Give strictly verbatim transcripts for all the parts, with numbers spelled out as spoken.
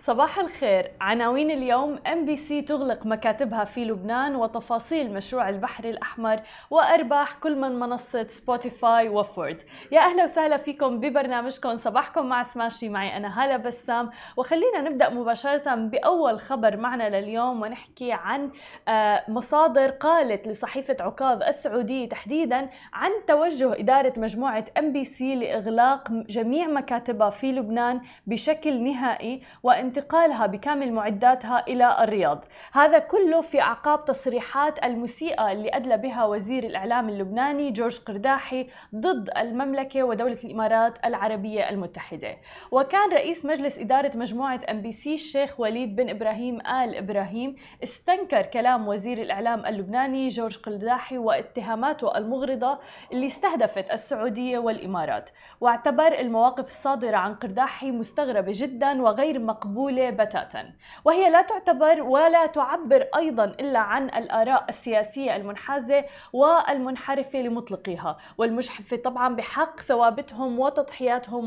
صباح الخير. عناوين اليوم: إم بي سي تغلق مكاتبها في لبنان، وتفاصيل مشروع البحر الأحمر، وأرباح كل من منصة سبوتيفاي وفورد. يا أهلا وسهلا فيكم ببرنامجكم صباحكم مع سماشي، معي أنا هالة بسام. وخلينا نبدأ مباشرة بأول خبر معنا لليوم، ونحكي عن مصادر قالت لصحيفة عكاظ السعودية تحديدا عن توجه إدارة مجموعة إم بي سي لإغلاق جميع مكاتبها في لبنان بشكل نهائي، وانتقالها بكامل معداتها إلى الرياض. هذا كله في أعقاب تصريحات المسيئة اللي أدلى بها وزير الإعلام اللبناني جورج قرداحي ضد المملكة ودولة الإمارات العربية المتحدة. وكان رئيس مجلس إدارة مجموعة إم بي سي الشيخ وليد بن إبراهيم آل إبراهيم استنكر كلام وزير الإعلام اللبناني جورج قرداحي واتهاماته المغرضة اللي استهدفت السعودية والإمارات، واعتبر المواقف الصادرة عن قرداحي مستغربة جدا وغير مقبولة بتاتا، وهي لا تعتبر ولا تعبر أيضا إلا عن الآراء السياسية المنحازة والمنحرفة لمطلقيها، والمجحفة طبعا بحق ثوابتهم وتضحياتهم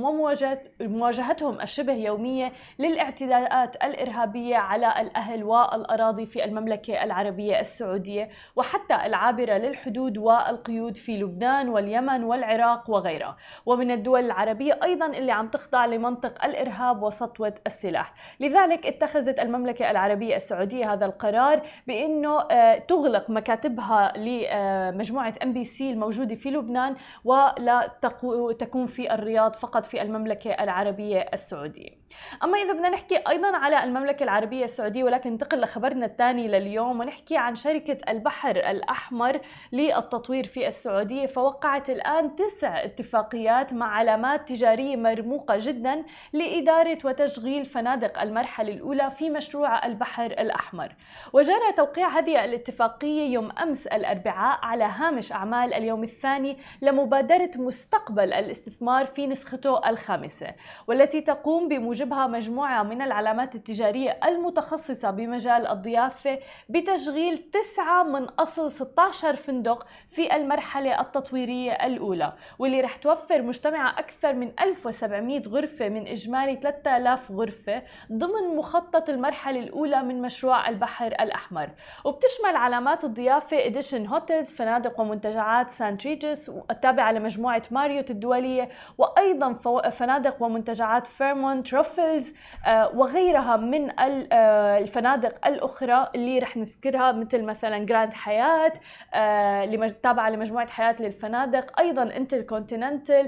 ومواجهتهم الشبه يومية للاعتداءات الإرهابية على الأهل والأراضي في المملكة العربية السعودية، وحتى العابرة للحدود والقيود في لبنان واليمن والعراق وغيرها، ومن الدول العربية أيضا اللي عم تخضع لمنطق الإرهاب وسطوة السلاح. لذلك اتخذت المملكة العربية السعودية هذا القرار بأنه تغلق مكاتبها لمجموعة إم بي سي الموجودة في لبنان، ولا تكون في الرياض فقط في المملكة العربية السعودية. أما إذا بدنا نحكي أيضا على المملكة العربية السعودية، ولكن ننتقل لخبرنا الثاني لليوم ونحكي عن شركة البحر الأحمر للتطوير في السعودية، فوقعت الآن تسع اتفاقيات مع علامات تجارية مرموقة جدا لإدارة وتشغيل فنادق المرحلة الأولى في مشروع البحر الأحمر. وجرى توقيع هذه الاتفاقية يوم أمس الأربعاء على هامش أعمال اليوم الثاني لمبادرة مستقبل الاستثمار في نسخته الخامسة، والتي تقوم بموجبها مجموعة من العلامات التجارية المتخصصة بمجال الضيافة بتشغيل تسعة من أصل ستة عشر فندق في المرحلة التطويرية الأولى، واللي رح توفر مجتمعة أكثر من ألف وسبعمئة غرفة من إجمالي ثلاثة آلاف غرفة ضمن مخطط المرحلة الأولى من مشروع البحر الأحمر. وبتشمل علامات الضيافة إديشن هوتيلز، فنادق ومنتجعات سانت ريجس التابعة لمجموعة ماريوت الدولية، وأيضا فنادق ومنتجعات فيرمونت روفلز وغيرها من الفنادق الأخرى اللي رح نذكرها، مثل مثلا جراند حياة تابعة لمجموعة حياة للفنادق، أيضا انتركونتيننتال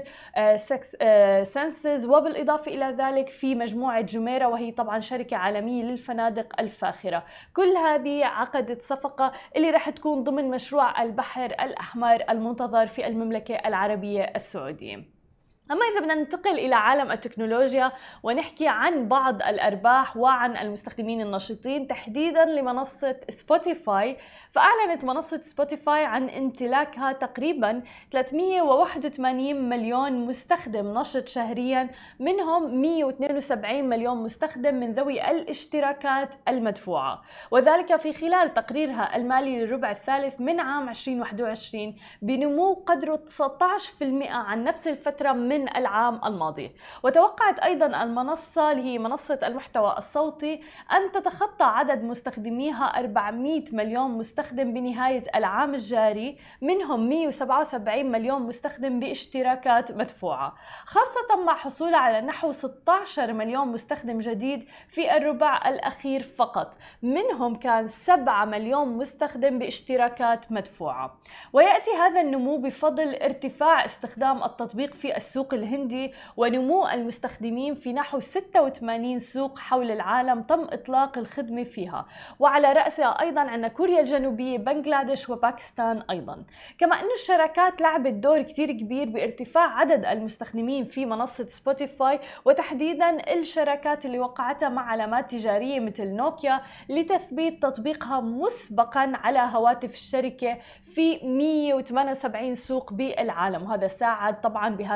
سنسز، وبالإضافة إلى ذلك في مجموعة جميرة وهي طبعا شركة عالمية للفنادق الفاخرة. كل هذه عقدت صفقة اللي رح تكون ضمن مشروع البحر الأحمر المنتظر في المملكة العربية السعودية. أما إذا بدنا ننتقل إلى عالم التكنولوجيا ونحكي عن بعض الأرباح وعن المستخدمين النشطين تحديدا لمنصة سبوتيفاي، فأعلنت منصة سبوتيفاي عن امتلاكها تقريبا ثلاثمئة وواحد وثمانين مليون مستخدم نشط شهريا، منهم مئة واثنين وسبعين مليون مستخدم من ذوي الاشتراكات المدفوعة، وذلك في خلال تقريرها المالي للربع الثالث من عام ألفين وواحد وعشرين بنمو قدره تسعة عشر بالمئة عن نفس الفترة من من العام الماضي. وتوقعت أيضا المنصة اللي هي منصة المحتوى الصوتي أن تتخطى عدد مستخدميها أربعمئة مليون مستخدم بنهاية العام الجاري، منهم مئة وسبعة وسبعين مليون مستخدم باشتراكات مدفوعة، خاصة مع حصولها على نحو ستة عشر مليون مستخدم جديد في الربع الأخير فقط، منهم كان سبعة مليون مستخدم باشتراكات مدفوعة. ويأتي هذا النمو بفضل ارتفاع استخدام التطبيق في السوق الهندي ونمو المستخدمين في نحو ستة وثمانين سوق حول العالم تم إطلاق الخدمة فيها، وعلى رأسها أيضا عندنا كوريا الجنوبية، بنغلاديش، وباكستان أيضا. كما أن الشركات لعبت دور كتير كبير بارتفاع عدد المستخدمين في منصة سبوتيفاي، وتحديدا الشركات اللي وقعتها مع علامات تجارية مثل نوكيا لتثبيت تطبيقها مسبقا على هواتف الشركة في مئة وثمانية وسبعين سوق بالعالم، وهذا ساعد طبعا بهذه الخطوة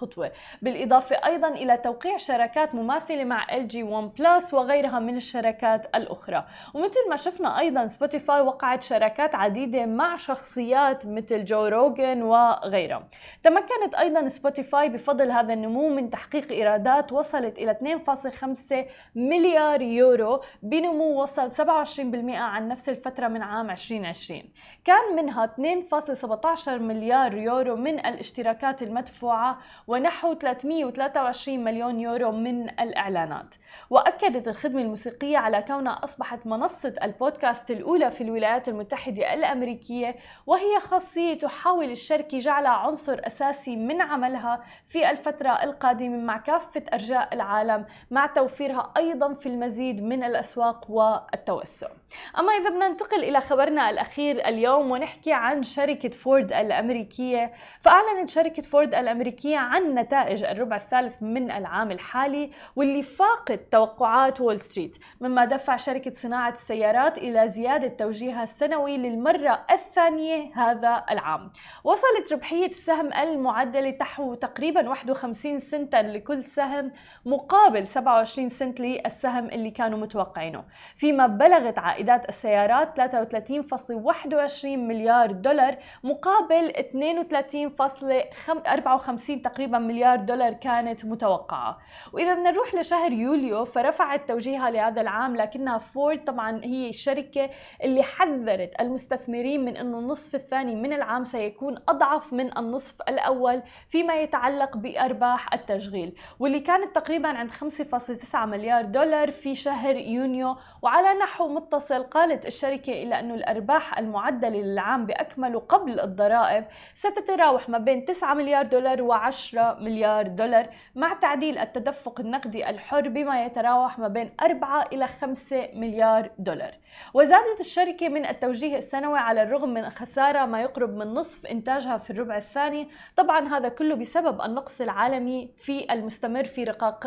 خطوة، بالإضافة أيضا إلى توقيع شراكات مماثلة مع إل جي وان بلس وغيرها من الشركات الأخرى. ومثل ما شفنا أيضا سبوتيفاي وقعت شراكات عديدة مع شخصيات مثل جو روغن وغيرها. تمكنت أيضا سبوتيفاي بفضل هذا النمو من تحقيق إيرادات وصلت إلى اثنين فاصلة خمسة مليار يورو بنمو وصل سبعة وعشرين بالمئة عن نفس الفترة من عام عشرين عشرين. كان منها اثنين فاصلة سبعة عشر مليار يورو من الاشتراكات المدفوعة ونحو ثلاثمئة وثلاثة وعشرين مليون يورو من الإعلانات. وأكدت الخدمة الموسيقية على كونها أصبحت منصة البودكاست الأولى في الولايات المتحدة الأمريكية، وهي خاصية تحاول الشركة جعلها عنصر أساسي من عملها في الفترة القادمة مع كافة أرجاء العالم، مع توفيرها أيضا في المزيد من الأسواق والتوسع. أما إذا بدنا ننتقل إلى خبرنا الأخير اليوم ونحكي عن شركة فورد الأمريكية، فأعلنت شركة فورد الأمريكية عن نتائج الربع الثالث من العام الحالي واللي فاقت توقعات وول ستريت، مما دفع شركة صناعة السيارات إلى زيادة توجيهها السنوي للمرة الثانية هذا العام. وصلت ربحية السهم المعدلة تحو تقريبا واحد وخمسين سنتا لكل سهم مقابل سبعة وعشرين سنت للسهم اللي كانوا متوقعينه، فيما بلغت عائدات السيارات ثلاثة وثلاثين فاصلة واحد وعشرين مليار دولار مقابل اثنين وثلاثين فاصلة أربعة وخمسين تقريبا مليار دولار كانت متوقعة. وإذا بدنا نروح لشهر يوليو فرفعت توجيهها لهذا العام، لكنها فورد طبعا هي الشركة اللي حذرت المستثمرين من أنه النصف الثاني من العام سيكون أضعف من النصف الأول فيما يتعلق بأرباح التشغيل، واللي كانت تقريبا عند خمسة فاصلة تسعة مليار دولار في شهر يونيو. وعلى نحو متصل قالت الشركة إلى أنه الأرباح المعدلة للعام بأكمله قبل الضرائب ستتراوح ما بين تسعة مليار دولار وعشرة مليار دولار، مع تعديل التدفق النقدي الحر بما يتراوح ما بين أربعة إلى خمسة مليار دولار. وزادت الشركة من التوجيه السنوي على الرغم من خسارة ما يقرب من نصف إنتاجها في الربع الثاني، طبعا هذا كله بسبب النقص العالمي في المستمر في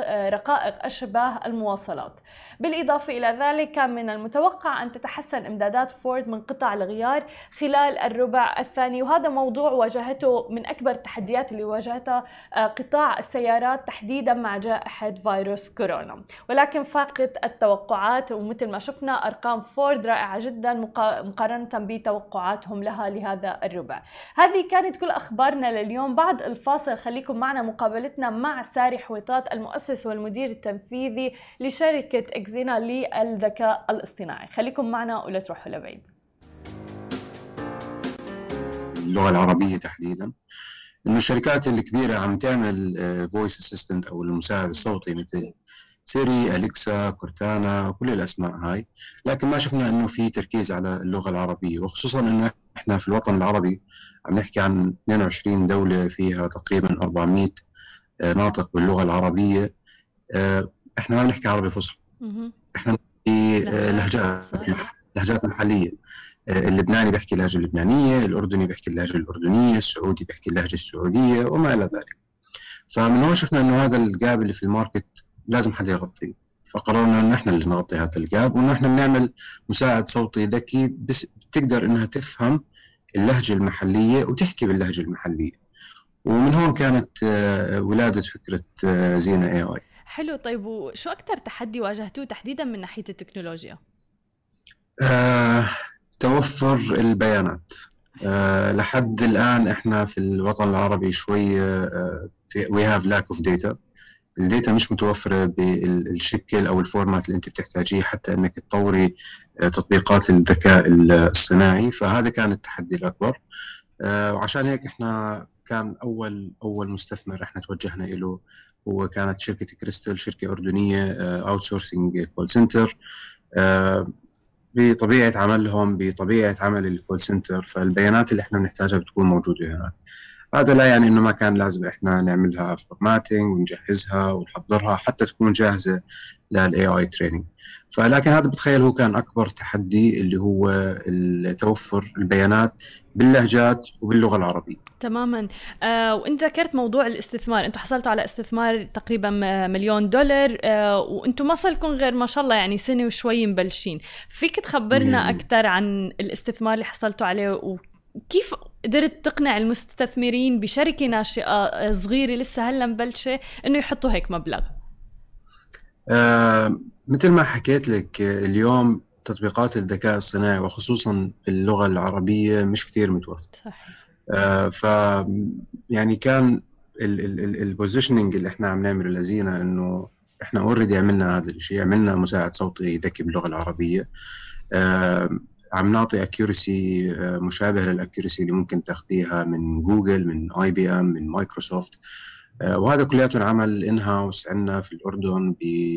رقائق أشباه المواصلات. بالإضافة إلى ذلك كان من المتوقع أن تتحسن إمدادات فورد من قطع الغيار خلال الربع الثاني، وهذا موضوع واجهته من أكبر التحديات اللي واجهتها قطاع السيارات تحديدا مع جائحة فيروس كورونا، ولكن فاقت التوقعات. ومثل ما شفنا أرقام فورد رائعة جدا مقارنة بتوقعاتهم لها لهذا الربع. هذه كانت كل أخبارنا لليوم. بعد الفاصل خليكم معنا مقابلتنا مع ساري حويطات المؤسس والمدير التنفيذي لشركة إكزينا للذكاء الاصطناعي. خليكم معنا ولا تروحوا لبعيد. اللغة العربية تحديدا إنه الشركات الكبيرة عم تعمل فويس اسيستنت أو المساعد الصوتي مثل سيري، أليكسا، كورتانا وكل الأسماء هاي، لكن ما شفنا إنه في تركيز على اللغة العربية، وخصوصا إنه إحنا في الوطن العربي عم نحكي عن اثنين وعشرين دولة فيها تقريبا أربعمئة ناطق باللغة العربية. إحنا ما بنحكي عربي فصحى، إحنا بنحكي لهجات لهجات محلية. اللبناني بيحكي اللهجة اللبنانية، الأردني بيحكي اللهجة الأردنية، السعودي بيحكي اللهجة السعودية وما إلى ذلك. فمن هون شفنا إنه هذا الجاب اللي في الماركت لازم حدا يغطيه، فقررنا إنه إحنا اللي نغطي هذا الجاب، وإنه إحنا بنعمل مساعد صوتي ذكي بس بتقدر إنها تفهم اللهجة المحلية وتحكي باللهجة المحلية. ومن هون كانت ولادة فكرة زينة إيه آي. حلو. طيب وشو أكتر تحدي واجهتوه تحديدا من ناحية التكنولوجيا؟ آه، توفر البيانات. آه، لحد الآن إحنا في الوطن العربي شوية آه، في we have lack of data. الداتا مش متوفرة بالشكل أو الفورمات اللي أنت بتحتاجيه حتى أنك تطوري آه، تطبيقات الذكاء الاصطناعي، فهذا كان التحدي الأكبر. آه، وعشان هيك إحنا كان أول أول مستثمر إحنا توجهنا إله هو كانت شركة كريستال، شركة أردنية outsourcing call center. آه، بطبيعة عملهم بطبيعة عمل الكول سنتر، فالبيانات اللي احنا بنحتاجها بتكون موجودة هناك. هذا لا يعني انه ما كان لازم احنا نعملها فورماتينج ونجهزها ونحضرها حتى تكون جاهزة للاي اي تريننج. فلكن هذا بتخيل هو كان اكبر تحدي، اللي هو توفر البيانات باللهجات وباللغة العربية. تماما. آه، وانت ذكرت موضوع الاستثمار، انتم حصلتوا على استثمار تقريبا مليون دولار، آه، وانتم ما صار لكم غير ما شاء الله يعني سنة وشوي مبلشين. فيك تخبرنا اكثر عن الاستثمار اللي حصلتوا عليه كيف قدرت تقنع المستثمرين بشركة ناشئة صغيرة لسه هلا مبلشة إنه يحطوا هيك مبلغ؟ آه مثل ما حكيت لك، اليوم تطبيقات الذكاء الصناعي وخصوصا في اللغة العربية مش كتير متوفرة. صحيح. آه ف يعني كان البوزيشننج اللي احنا عم نعمله لزينا انه احنا اوريدي عملنا هذا الشيء، عملنا مساعد صوتي ذكي باللغة العربية. آه عم نعطي اكيورسي آه مشابه للاكيورسي اللي ممكن تاخذيها من جوجل، من اي بي ام، من مايكروسوفت. آه وهذا كلياته عمل ان هاوس عندنا في الاردن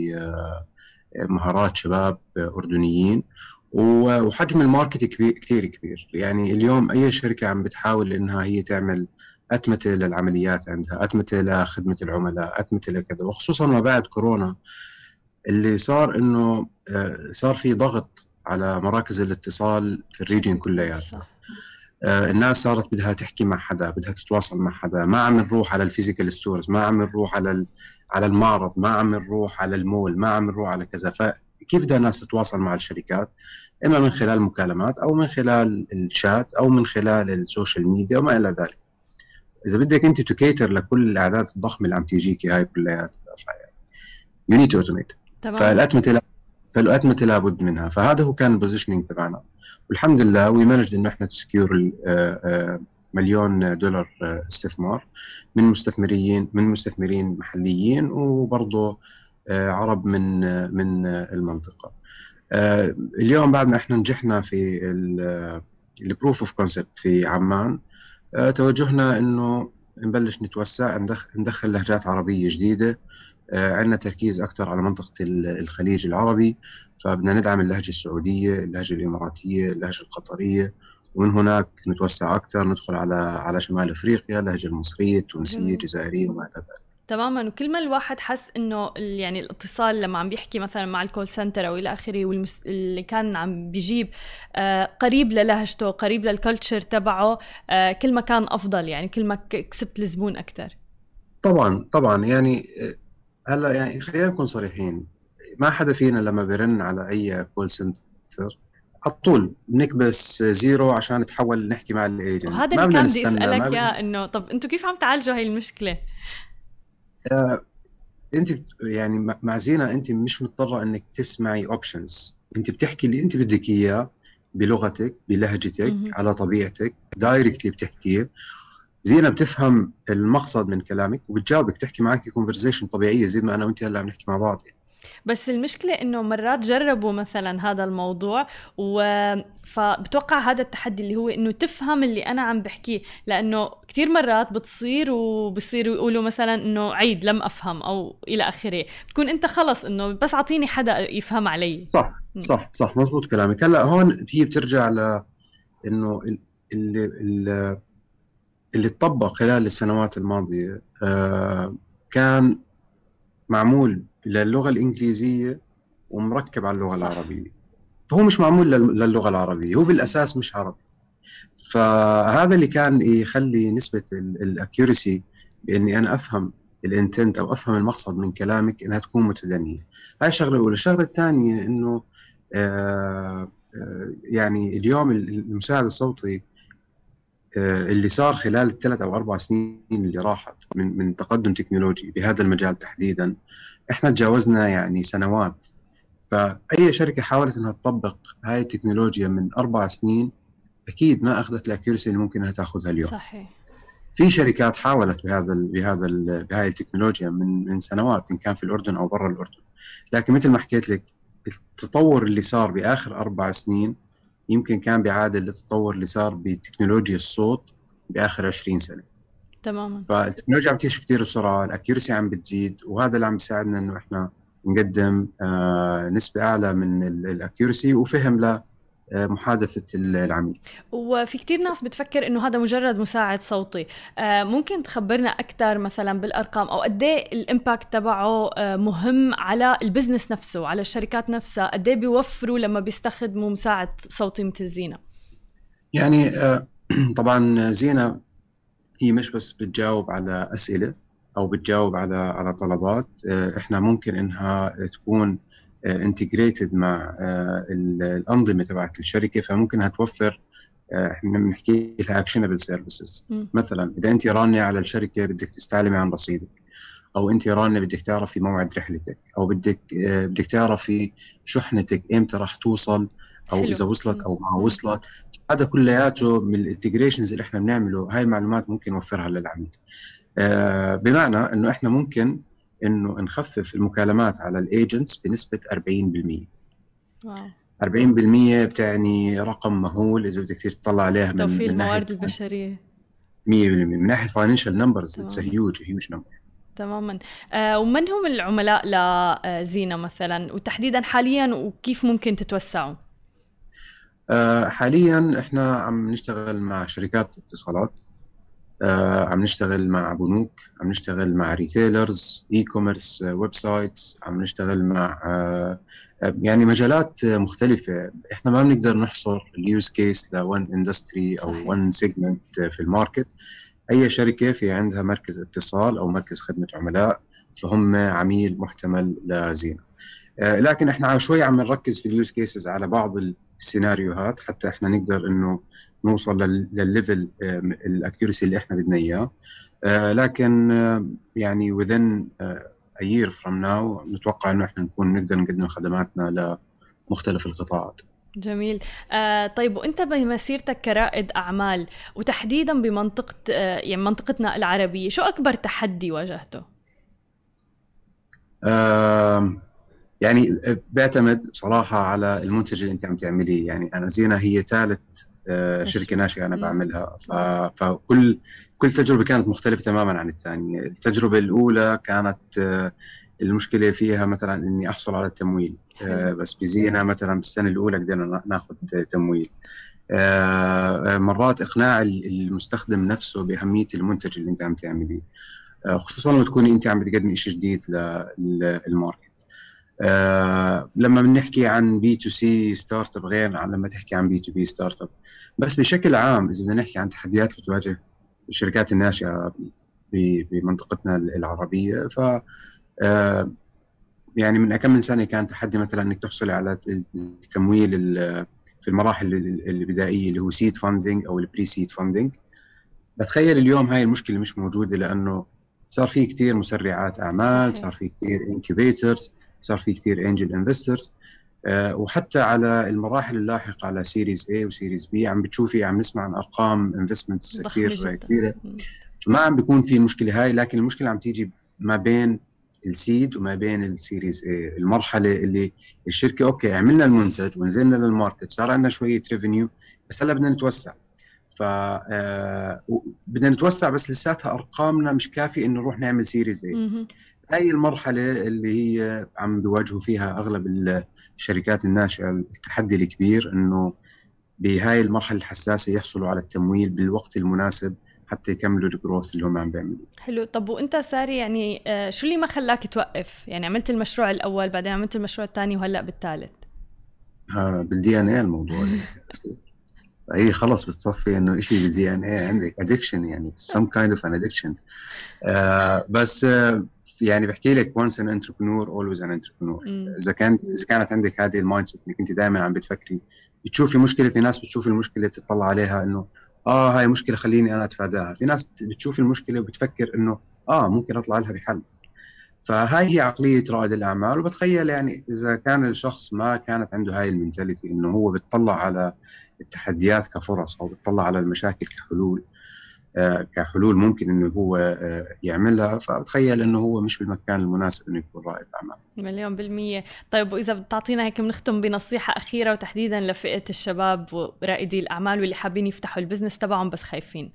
بمهارات شباب اردنيين، وحجم الماركت كبير كثير كبير. يعني اليوم اي شركه عم بتحاول انها هي تعمل اتمته للعمليات عندها، اتمته لخدمه العملاء، اتمته لكذا، وخصوصا ما بعد كورونا اللي صار انه صار في ضغط على مراكز الاتصال في الريجن كلياتها. الناس صارت بدها تحكي مع حدا، بدها تتواصل مع حدا، ما عم نروح على الفيزيكال ستورز، ما عم نروح على على المعرض، ما عم نروح على المول، ما عم نروح على كذا. فكيف بدها الناس تتواصل مع الشركات؟ اما من خلال مكالمات او من خلال الشات او من خلال السوشيال ميديا وما الى ذلك. اذا بدك انت تكيتر لكل الاعداد الضخمه اللي عم تيجيكي هاي كلياتها، يو نيد تو اوتوميت. فالاتمته فالاتمته لابد منها. فهذا هو كان البوزيشننج تبعنا، والحمد لله وي مانجد انه احنا تسكيور مليون دولار استثمار من مستثمرين من مستثمرين محليين وبرضه عرب من من المنطقه. اليوم بعد ما احنا نجحنا في البروف اوف كونسبت في عمان، توجهنا انه نبلش نتوسع، ندخل لهجات عربيه جديده. عندنا تركيز اكثر على منطقه الخليج العربي، فبدنا ندعم اللهجه السعوديه، اللهجه الاماراتيه، اللهجه القطريه، ومن هناك نتوسع اكثر، ندخل على على شمال افريقيا، اللهجه المصريه، التونسيه، الجزائريه وما الى ذلك. تماما. وكل ما الواحد حس انه يعني الاتصال لما عم بيحكي مثلا مع الكول سنتر او الى اخره، والمس... اللي كان عم بيجيب آه قريب للهجته، قريب للكلتشر تبعه، آه كل ما كان افضل، يعني كل ما كسبت الزبون اكثر. طبعا طبعا. يعني هلا يعني خلينا نكون صريحين، ما حدا فينا لما بيرن على اي كول سنتر على طول بنكبس زيرو عشان نتحول نحكي مع الايجنت. وهذا اللي كان بدي اسالك يا انه طب انتم كيف عم تعالجوا هاي المشكله؟ آه، انت يعني مع زينة انت مش مضطره انك تسمعي اوبشنز، انت بتحكي اللي انت بدك اياه بلغتك بلهجتك م- على طبيعتك، دايركتلي بتحكيه. زينة بتفهم المقصد من كلامك وبتجاوبك، تحكي معك كونفرزيشن طبيعيه زي ما انا وانت هلا عم نحكي مع بعض. بس المشكلة إنه مرات جربوا مثلا هذا الموضوع و... فبتوقع هذا التحدي اللي هو إنه تفهم اللي أنا عم بحكيه، لأنه كتير مرات بتصير وبصيروا يقولوا مثلا إنه عيد لم أفهم أو إلى آخره، بتكون أنت خلص إنه بس عطيني حدا يفهم علي. صح صح صح مزبوط كلامك. هلا هون هي بترجع ل إنه اللي اللي اللي تطبق خلال السنوات الماضية آه كان معمول للغة الإنجليزية ومركب على اللغة صح. العربية، فهو مش معمول للغة العربية، هو بالأساس مش عربي. فهذا اللي كان يخلي نسبة الأكيورسي بإني أنا أفهم الانتنت أو أفهم المقصد من كلامك إنها تكون متدنية. هاي الشغلة الأولى. الشغلة الثانية إنه آه يعني اليوم المساعد الصوتي اللي صار خلال الثلاث أو أربع سنين اللي راحت من من تقدم تكنولوجي بهذا المجال تحديدا، إحنا تجاوزنا يعني سنوات. فأي شركة حاولت إنها تطبق هاي التكنولوجيا من أربع سنين أكيد ما أخذت الأكيورسي اللي ممكن إنها تأخذها اليوم. صحيح. في شركات حاولت بهذا ال بهذا ال بهاي التكنولوجيا من من سنوات، إن كان في الأردن أو برا الأردن، لكن مثل ما حكيت لك التطور اللي صار بآخر أربع سنين يمكن كان بيعادل التطور اللي صار بتكنولوجيا الصوت بآخر عشرين سنة. تماما. فالتكنولوجيا عم تمشي كتير بسرعة، الأكيورسي عم بتزيد، وهذا اللي عم بيساعدنا إنه إحنا نقدم آه نسبة أعلى من الأكيورسي وفهم لمحادثة العميل. وفي كتير ناس بتفكر إنه هذا مجرد مساعد صوتي. آه ممكن تخبرنا أكثر مثلا بالأرقام أو قديه الإمباكت تبعه آه مهم على البزنس نفسه، على الشركات نفسها، قديه بيوفروا لما بيستخدموا مساعد صوتي مثل زينة؟ يعني آه طبعا زينة هي مش بس بتجاوب على أسئلة أو بتجاوب على على طلبات، آه إحنا ممكن إنها تكون انتجريتد مع الأنظمة تبعت الشركة، فممكن توفر احنا بنحكي لها اكشنبل سيرفيسز. مم. مثلا اذا انت رانه على الشركه بدك تستعلمي عن رصيدك، او انت رانه بدك تعرفي موعد رحلتك، او بدك آه، بدك تعرفي شحنتك امتى راح توصل، او حلو. اذا وصلت مم. او ما مم. وصلت. هذا كلياته من الانتجريشنز اللي احنا بنعمله، هاي المعلومات ممكن نوفرها للعميل. آه، بمعنى انه احنا ممكن انه نخفف المكالمات على الايجنتس بنسبه أربعين بالمئة. واو. أربعين بالمئة بتعني رقم مهول اذا بدك تطلع عليها من توفير من ناحيه الموارد البشرية. مية بالمئة من ناحيه فاينانشال نمبرز. اتس تمام. هيوج هيوج نمبر. تماما. آه ومن هم العملاء لزينة مثلا، وتحديدا حاليا، وكيف ممكن تتوسعوا؟ آه، حاليا احنا عم نشتغل مع شركات اتصالات، آه، عم نشتغل مع بنوك، عم نشتغل مع ريتيلرز، اي كوميرس، ويب سايتس، عم نشتغل مع آه، آه، يعني مجالات مختلفة. احنا ما بنقدر نحصر اليوز كيس لون اندستري او صحيح. ون سيجمنت في الماركت. اي شركة في عندها مركز اتصال او مركز خدمة عملاء فهم عميل محتمل لزينة. آه، لكن احنا شوي عم نركز في اليوز كيسز على بعض السيناريوهات حتى احنا نقدر انه نوصل لل- للليفل الاكيورسي اللي احنا بدنا اياه. آه، لكن آه، يعني within آه، a year from now نتوقع انه احنا نكون نقدر نقدم خدماتنا لمختلف القطاعات. جميل. آه طيب، وانت بمسيرتك كرائد اعمال، وتحديدا بمنطقة آه يعني منطقتنا العربية، شو اكبر تحدي واجهته؟ آم، يعني بيعتمد بصراحة على المنتج اللي أنت عم تعمليه. يعني أنا زينة هي ثالث آه، شركة مشروع. ناشئة أنا مم. بعملها. ف- مم. فكل كل تجربة كانت مختلفة تماما عن الثانية. التجربة الأولى كانت آه، المشكلة فيها مثلا إني أحصل على التمويل. حلو. آه، بس بزينة مثلا بالسنة الأولى قدرنا ناخذ تمويل. آه، مرات إقناع المستخدم نفسه بأهمية المنتج اللي أنت عم تعمليه، آه، خصوصا لما تكوني أنت عم بتقدمي شيء جديد للماركت. آه لما بنحكي عن بي تو سي ستارت اب غير عن لما تحكي عن بي تو بي ستارت اب. بس بشكل عام اذا بدنا نحكي عن تحديات اللي بتواجه الشركات الناشئه بمنطقتنا العربيه، ف آه يعني من كم من سنه كان تحدي مثلا انك تحصل على التمويل في المراحل البدائيه اللي هو سيد فاندنج او البري سيد فاندنج. بتخيل اليوم هاي المشكله مش موجوده لانه صار في كثير مسرعات اعمال، صار صحيح. في كثير انكيوبيترز، صار في كثير انجل انفسترز. آه، وحتى على المراحل اللاحقه على سيريز A وسيريز B عم بتشوفي عم نسمع عن ارقام انفستمنتس ضخمة كثير جدا. كبيره. مم. فما عم بيكون في المشكله هاي، لكن المشكله عم تيجي ما بين السيد وما بين السيريز A. المرحله اللي الشركه اوكي عملنا المنتج ونزلنا للماركت، صار عندنا شويه ريفينيو، بس هلا بدنا نتوسع. ف آه، بدنا نتوسع بس لساتها ارقامنا مش كافيه انه نروح نعمل سيريز A. مهم. هاي المرحلة اللي هي عم بيواجهوا فيها أغلب الشركات الناشئة التحدي الكبير، إنه بهاي المرحلة الحساسة يحصلوا على التمويل بالوقت المناسب حتى يكملوا الجروث اللي هم عم بيعملوه. حلو. طب وانت ساري، يعني آه شو اللي ما خلاك توقف؟ يعني عملت المشروع الاول، بعدين عملت المشروع الثاني، وهلا بالثالث. ها بالدي ان اي الموضوع. هي خلص بتصفي انه شيء بالدي ان اي عندك ادكشن، يعني some kind of an addiction. آه بس آه يعني بحكي لك once an entrepreneur always an entrepreneur. مم. اذا كانت اذا كانت عندك هذه المايند سيت انك انت دائما عم بتفكري، بتشوفي مشكله، في ناس بتشوف المشكله بتطلع عليها انه اه هاي مشكله خليني انا اتفاداها، في ناس بتشوف المشكله وبتفكر انه اه ممكن اطلع لها بحل. فهاي هي عقليه رائد الاعمال. وبتخيل يعني اذا كان الشخص ما كانت عنده هاي المنتاليتي انه هو بتطلع على التحديات كفرص او بتطلع على المشاكل كحلول، آه كحلول ممكن انه هو آه يعملها، فبتخيل انه هو مش بالمكان المناسب انه يكون رائد اعمال. مليون بالمية. طيب، وإذا بتعطينا هيك بنختم بنصيحة أخيرة، وتحديدا لفئة الشباب ورائدي الأعمال واللي حابين يفتحوا البزنس تبعهم بس خايفين.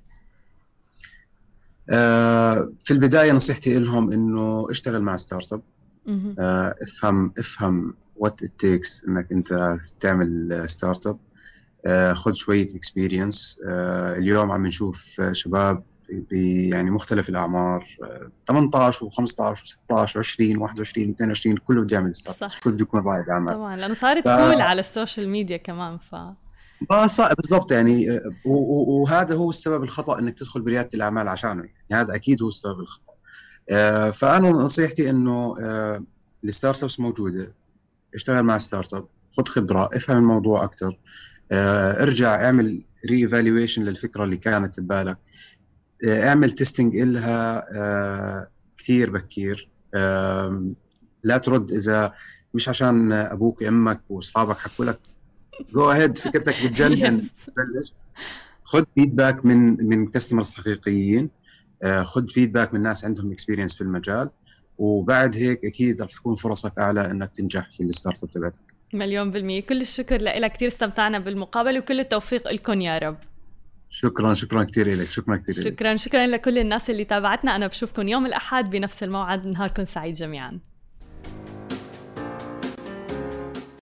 آه في البداية نصيحتي لهم انه اشتغل مع ستارت اب. مهم. آه افهم افهم what it takes انك انت تعمل ستارت اب. آه خذ شوية اكسبيرينس. آه اليوم عم نشوف شباب ب يعني مختلف الاعمار، آه ثمانية عشر و15 و16 و20 و21 و22 كله بده يعمل ستارت اب، صح. كله بده يكون رائد اعمال. طبعا، لأنه صارت ف كول على السوشيال ميديا كمان. ف ما صعب بالضبط يعني. آه، و- و- وهذا هو السبب الخطأ انك تدخل بريادة الاعمال عشانه، يعني هذا اكيد هو السبب الخطأ. آه، فانا نصيحتي انه آه، الستارت ابس موجوده، اشتغل مع ستارت اب، خذ خبره، افهم الموضوع اكثر، ارجع اعمل ري ايفالويشن للفكره اللي كانت ببالك. اعمل تيستينج إلها كثير بكير. لا ترد اذا مش عشان ابوك وامك واصحابك حكوا لك جو اهيد فكرتك بتجنن. بلش خذ فيدباك من من كاستمرز حقيقيين، خذ فيدباك من ناس عندهم اكسبيرينس في المجال، وبعد هيك اكيد رح تكون فرصك اعلى انك تنجح في الستارت اب تبعتك. مليون بالمية. كل الشكر لك، كثير استمتعنا بالمقابله وكل التوفيق لكم يا رب. شكرا شكرا كثير لك. شكرا كثير شكرا شكرا لكل الناس اللي تابعتنا. انا بشوفكم يوم الاحد بنفس الموعد. نهاركم سعيد جميعا.